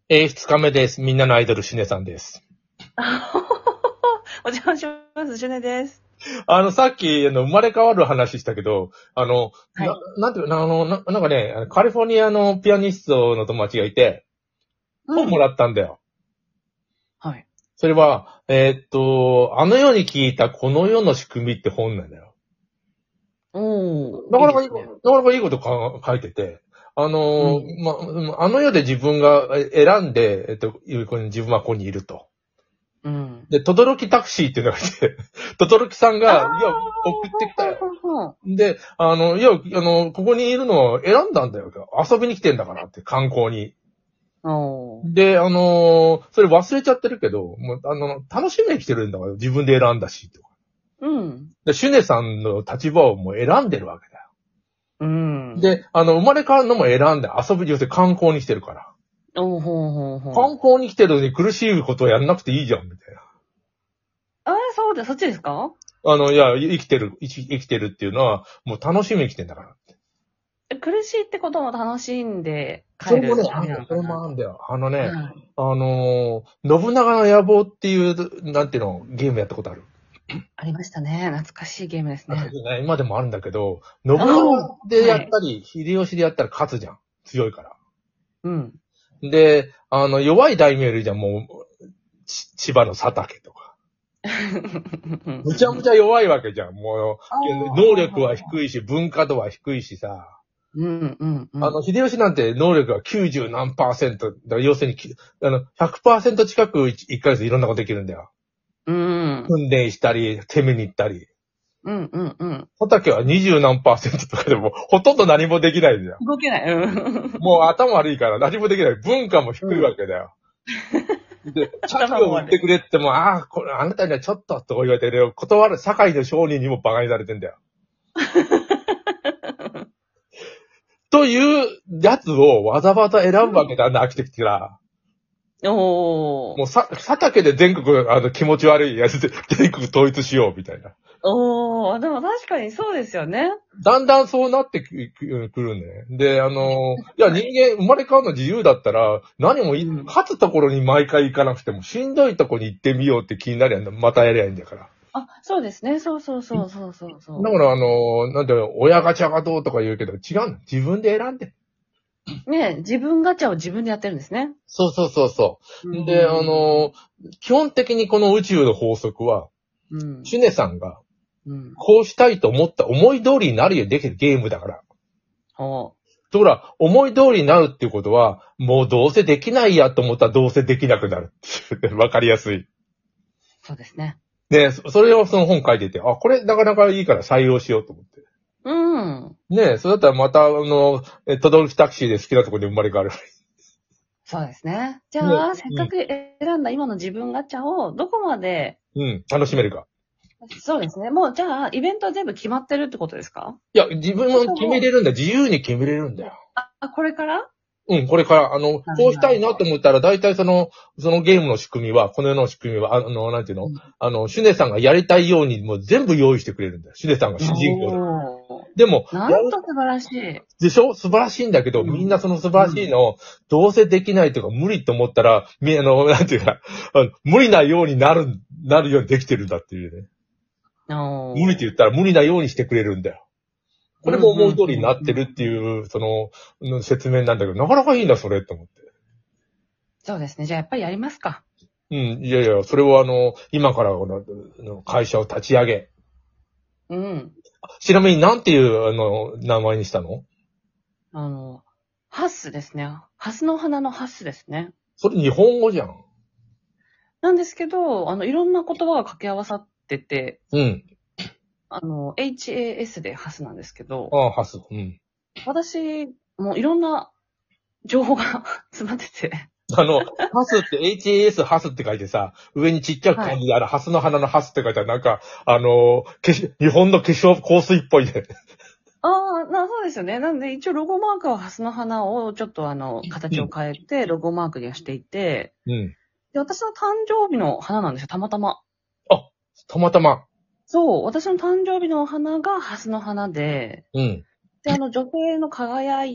2日目です。みんなのアイドル、シュネさんです。 お邪魔します。シュネです。 さっき、生まれ変わる話したけど、 はい。 なんていうの、なんかね、カリフォルニアのピアニストの友達がいて、本もらったんだよ。 はい。 それは、あの世に聞いたこの世の仕組みって本なんだよ。 おー、 なかなかいい、 いいですね。 なかなかいいこと書いてて、あの世で自分が選んで、自分はここにいると。 うん。 で、トドロキタクシーっていうのがいて、トドロキさんが、 あー、 いや、送ってきたよ。 ほう。 で、いや、ここにいるのを選んだんだよ。遊びに来てんだからって、観光に。 おー。 で、それ忘れちゃってるけど、もう、楽しみに来てるんだから、自分で選んだし、とか。 うん。 で、シュネさんの立場をもう選んでるわけだよ。 うん。 で、生まれ変わるのも選んで遊びに寄せ観光に来てるから。 おー、ほうほうほう。 観光に来てるのに苦しいことをやんなくていいじゃん、みたいな。 そうで、そっちですか？ いや、生きてるっていうのは、もう楽しみに来てんだから。 苦しいってことも楽しんでそれもね、 帰る旅なのそれかなと。 もあるんだよ。 はい。 信長の野望っていう、なんていうの、ゲームやったことある？ ありましたね。懐かしいゲームですね。 今でもあるんだけど、信長でやはい。 ったり、秀吉でやったら勝つじゃん。強いから。 うん。 で、弱い大名いるじゃん、もう、千葉の佐竹とか。むちゃむちゃ弱いわけじゃん。もう、能力は低いし、文化度は低いしさ。 うん、うん、うん。 秀吉なんて能力が90何%、だから要するに、100%近く1ヶ月いろんなことできるんだよ。 うん。 訓練したり、攻めに行ったり。 うん、うん、うん。 小竹は20何%とかでも、ほとんど何もできないんだよ。 動けない。うん。 もう頭悪いから何もできない。文化も低いわけだよ。で、茶器を売ってくれっても、これあなたにはちょっととか言われてる。断る、堺の商人にも馬鹿にされてんだよ。というやつをわざわざ選ぶわけだな、飽きてきたら。もうおー。 佐竹で全国、気持ち悪いやつで全国統一しよう、みたいな。 おー、でも確かにそうですよね。 だんだんそうなってくるね。で、いや、人間生まれ変わるの自由だったら、何もうん。 勝つところに毎回行かなくても、しんどいとこに行ってみようって気になりゃ、またやりゃいいんだから。 そうですね。そうそうそうそうそうそだからなんていうの、親ガチャがどうとか言うけど、違うの。自分で選んで。 う。ね、自分ガチャを自分でやってるんですね。 そうそうそうそう。で、基本的にこの宇宙の法則は、 うん。 シュネさんが、 うん。 こうしたいと思った思い通りになるようにできるゲームだから。 ほところが、思い通りになるっていうことは、もうどうせできないやと思ったらどうせできなくなるっていう。わかりやすい。 そうですね。 で、それをその本書いてて、これなかなかいいから採用しようと思って。 うん。 ねえ、それだったらまた、トドルキタクシーで好きなところで生まれ変わる。 そうですね。じね、 ゃあ、せっかく選んだ今の自分ガチャをどこまで、 うん、楽しめるか。 そうですね。もう、じゃあ、イベントは全部決まってるってことですか？ いや、自分も決めれるんだ。自由に決めれるんだよ。 これから？ うん、これから、 なるほど、 こうしたいなるほど。 なと思ったら、大体そのゲームの仕組みは、この世の仕組みは、なんていうの、 うん。 シュネさんがやりたいようにもう全部用意してくれるんだよ。シュネさんが主人公で。 おー。 でも、 なんと素晴らしい。 でしょ素晴らしいんだけど、 うん。 みんなその素晴らしいのを、どうせできないとか無理と思ったら、なんていうか、無理なようになるようにできてるんだっていうね。無理って言ったら無理なようにしてくれるんだよ。これも思う通りになってるっていう、説明なんだけど、なかなかいいんだ、それ、って思って。 そうですね。じゃあ、やっぱりやりますか。 うん、いやいや、それを今から会社を立ち上げ。 うん。 ちなみになんていう、名前にしたの？ ハスですね。ハスの花のハスですね。 それ日本語じゃん。 なんですけど、いろんな言葉が掛け合わさってて、 うん。 HAS でハスなんですけど、 ハス。うん。 私、もういろんな情報が詰まってて、 ハスって HAS ハスって書いてさ、上にちっちゃくはい。 漢字でハスの花のハスって書いてある、なんか、日本の化粧香水っぽいね。 そうですよね。なんで一応ロゴマークはハスの花をちょっと形をうん。 変えてロゴマークにはしていて、 うん。 で、私の誕生日の花なんですよ、たまたま。 あ、たまたま。 そう、私の誕生日の花がハスの花で、 うん。 で、女性の輝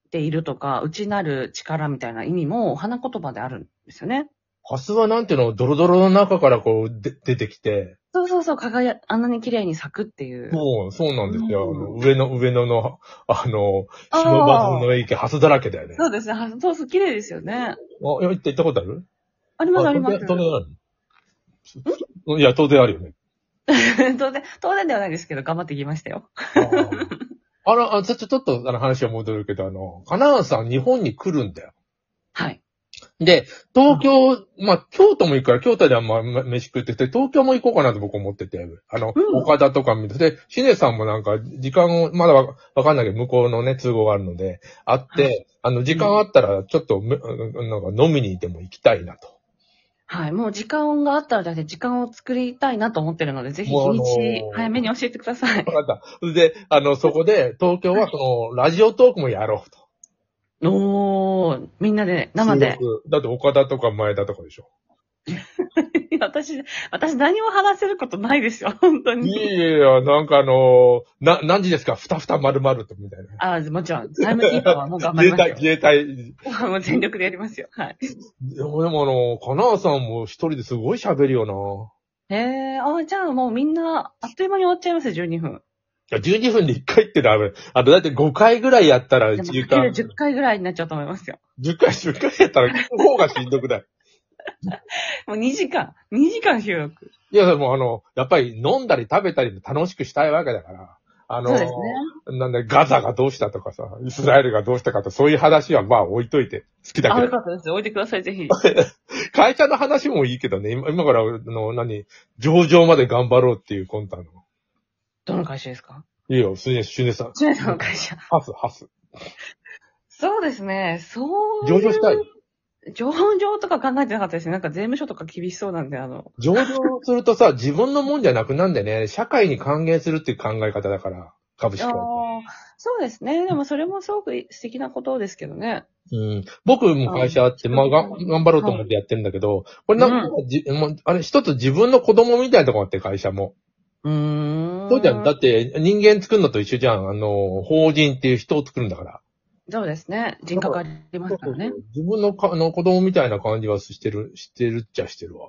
ているとか、内なる力みたいな意味も花言葉であるんですよね。 ハスはなんていうの、ドロドロの中からこう出てきて。 そうそうそう、あんなに綺麗に咲くっていう。 そうなんですよ。 うん上野の、不あ忍あ。 の池、ハスだらけだよね。 そうですね。そうそう、綺麗ですよね。 あ、行ったことある？ あります、あります。 当然ある。いや、当然あるよね。 当然ではないですけど、頑張ってきましたよ。 ちょっと話は戻るけど、カナンさん日本に来るんだよ。 はい。 で、東京、京都も行くから、京都では飯食ってて、東京も行こうかなと僕思ってて、岡田とか見て、で、シネさんもなんか、時間を、まだわかんないけど、向こうのね、都合があるので、あって、時間あったら、ちょっと、なんか飲みにでも行きたいなと。 はい。もう時間があったらだって時間を作りたいなと思ってるので、ぜひ日にち早めに教えてください。 わかった。で、そこで、東京はラジオトークもやろうと。 みんなで、生で。 だって岡田とか前田とかでしょ。 私何も話せることないですよ、本当に。 いや、なんか何時ですかふた丸々とみたいな。 もちろん。タイムキーパーはもう頑張りますよ。 自衛隊。 もう全力でやりますよ。はい。 でもカナーさんも一人ですごい喋るよな。 じゃあもうみんな、あっという間に終わっちゃいますよ、12分。 いや、12分で1回ってダメ。だって5回ぐらいやったら 1時間。10回ぐらいになっちゃうと思いますよ。 10回やったら、方がしんどくない。 もう2時間収録。 いや、でもやっぱり飲んだり食べたり楽しくしたいわけだから。 そうですね。 なんで、ガザがどうしたとかさ、イスラエルがどうしたかと、そういう話は置いといて、好きだけど。 よかったです。置いてください、ぜひ。 会社の話もいいけどね、今から上場まで頑張ろうっていう魂胆の。 どの会社ですか？ いいよ、シュネさん。 シュネさんの会社。 ハス。 そうですね、 上場したい？ 上場とか考えてなかったですね。なんか税務署とか厳しそうなんで、 上場するとさ、自分のもんじゃなくなんでね、社会に還元するっていう考え方だから、株式会社。 そうですね。でもそれもすごく素敵なことですけどね。 僕も会社あって、頑張ろうと思ってやってるんだけど、これなんか、一つ自分の子供みたいなとこあって、会社も。そうじゃん。だって、人間作るのと一緒じゃん。法人っていう人を作るんだから。 そうですね。人格ありますからね。 そう自分の子供みたいな感じはしてるっちゃしてるわ。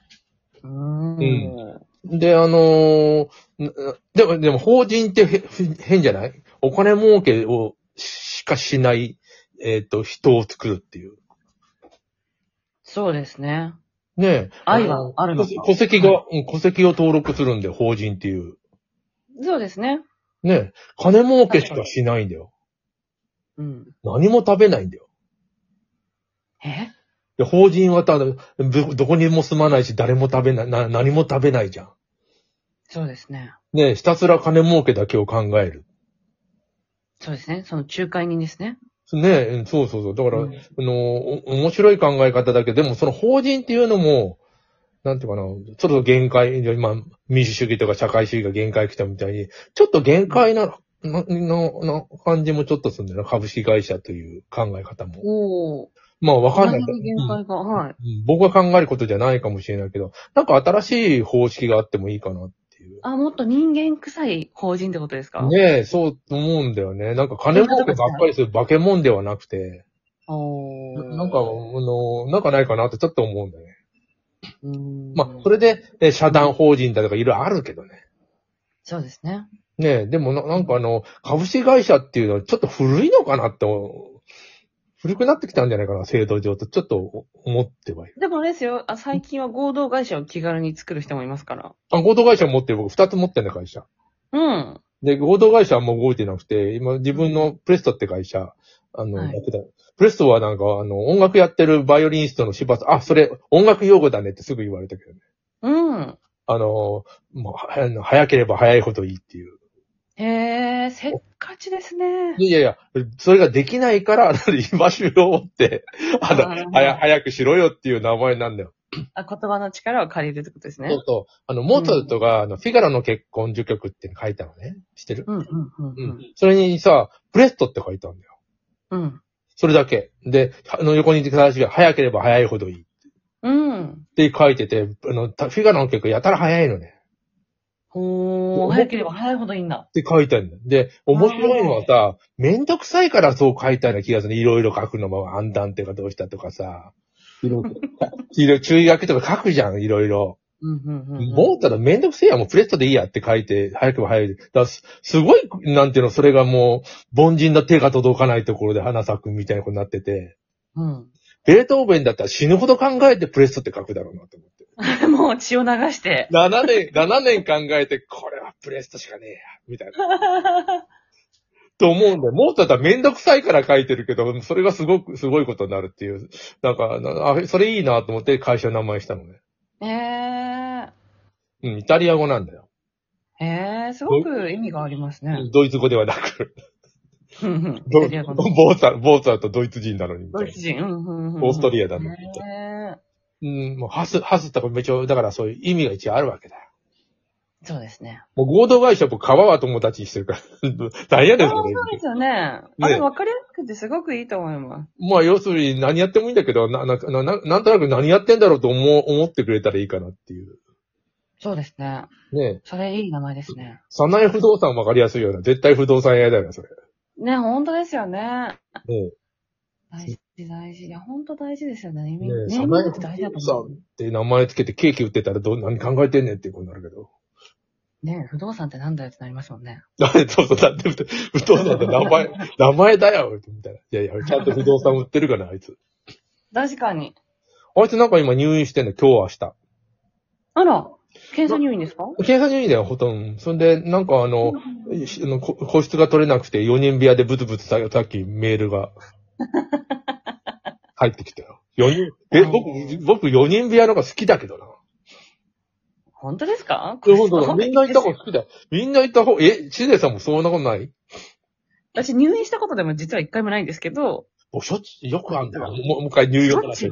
で、でも法人って変じゃない？お金儲けをしかしない、人を作るっていう。 そうですね。 ねえ。 愛があるのか。 戸籍を登録するんで、法人っていう。 そうですね。 ねえ。金儲けしかしないんだよ。何も食べないんだよ。で法人はどこにも住まないし、誰も食べない、何も食べないじゃん。 そうですね。 ねえ、ひたすら金儲けだけを考える。 そうですね。その仲介人ですね。 ねえ、そう。だから、面白い考え方だけど、でもその法人っていうのも、なんていうかな、ちょっと限界、今、民主主義とか社会主義が限界来たみたいに、ちょっと限界な感じもちょっとするんだよな、株式会社という考え方も。わかんない。 限界が、はい。 僕が考えることじゃないかもしれないけど、なんか新しい方式があってもいいかなっていう。 もっと人間臭い法人ってことですか？ ねえ、そう思うんだよね。なんか金儲けばっかりする化け物ではなくて、なんかないかなってちょっと思うんだよね。それで、社団法人だとかいろいろあるけどね。 そうですね。 ねえ、でもなんか株式会社っていうのはちょっと古いのかなって、古くなってきたんじゃないかな、制度上とちょっと思ってはいる。 でもあれですよ、最近は合同会社を気軽に作る人もいますから。 合同会社持ってる、僕2つ持ってんだ会社。で、合同会社はもう動いてなくて、今自分のプレストって会社、やってた。プレストはなんか、音楽やってるバイオリニストの柴田、それ、音楽用語だねってすぐ言われたけどね。もう、早ければ早いほどいいっていう。 せっかちですね。 いや、それができないから、今しようって、早くしろよっていう名前なんだよ。 言葉の力を借りるってことですね。 そう。モーツァルトが、フィガロの結婚序曲って書いたのね。知ってる？それにさ、プレストって書いたんだよ。それだけ。で、横に正しが早ければ早いほどいい。って書いてて、フィガロの結婚やたら早いのね。 早ければ早いほどいいんだ。 って書いてあるんだよ。で、面白いのはさ、めんどくさいからそう書いたような気がするね。いろいろ書くのも、暗断ってかどうしたとかさ。いろいろ注意書きとか書くじゃん、いろいろ。もうただめんどくせえや、もうプレストでいいやって書いて、早くも早い。すごい、なんていうの、それがもう、凡人な手が届かないところで花咲くみたいなことになってて。ベートーベンだったら死ぬほど考えてプレストって書くだろうなと思って。 もう血を流して。 7年考えて、これはプレストしかねえや、みたいな。と思うんだよ。もうただめんどくさいから書いてるけど、それがすごいことになるっていう。なんか、それいいなと思って会社の名前したのね。イタリア語なんだよ。 すごく意味がありますね。 ドイツ語ではなく。ボーツァルトドイツ人なのに。 ドイツ人。 オーストリアだのに。もうハスとかめちゃ、だからそういう意味が一応あるわけだよ。 そうですね。 もう合同会社も川は友達にしてるから。大変ですよね。 そうですよね。あれ分かりやすくてすごくいいと思います。 まあ要するに何やってもいいんだけど、なんとなく何やってんだろうと思ってくれたらいいかなっていう。 そうですね。 ねえ。 それいい名前ですね。 早苗不動産分かりやすいような。絶対不動産屋だよね、それ。 ね、本当ですよね。 ねえ。大事。いや、本当大事ですよね。 ねえ、早苗不動産って名前つけてケーキ売ってたら何考えてんねんっていうことになるけど。 ねえ、不動産ってなんだよってなりますもんね。 そう、だって不動産って名前だよみたいな。いや、ちゃんと不動産売ってるかな、あいつ。 確かに。 あいつなんか今入院してんの、今日明日。 あら、検査入院ですか？ 検査入院だよ、ほとんど。そんで、なんか個室が取れなくて4人部屋でブツブツさっきメールが入ってきたよ。僕4人部屋の方が好きだけどな。 本当ですか？ 本当みんな行った方が好きだよ。みんな行った方、シネさんもそんなことない？ 私入院したことでも実は一回もないんですけど。 よくあんだよ。もう一回入院した。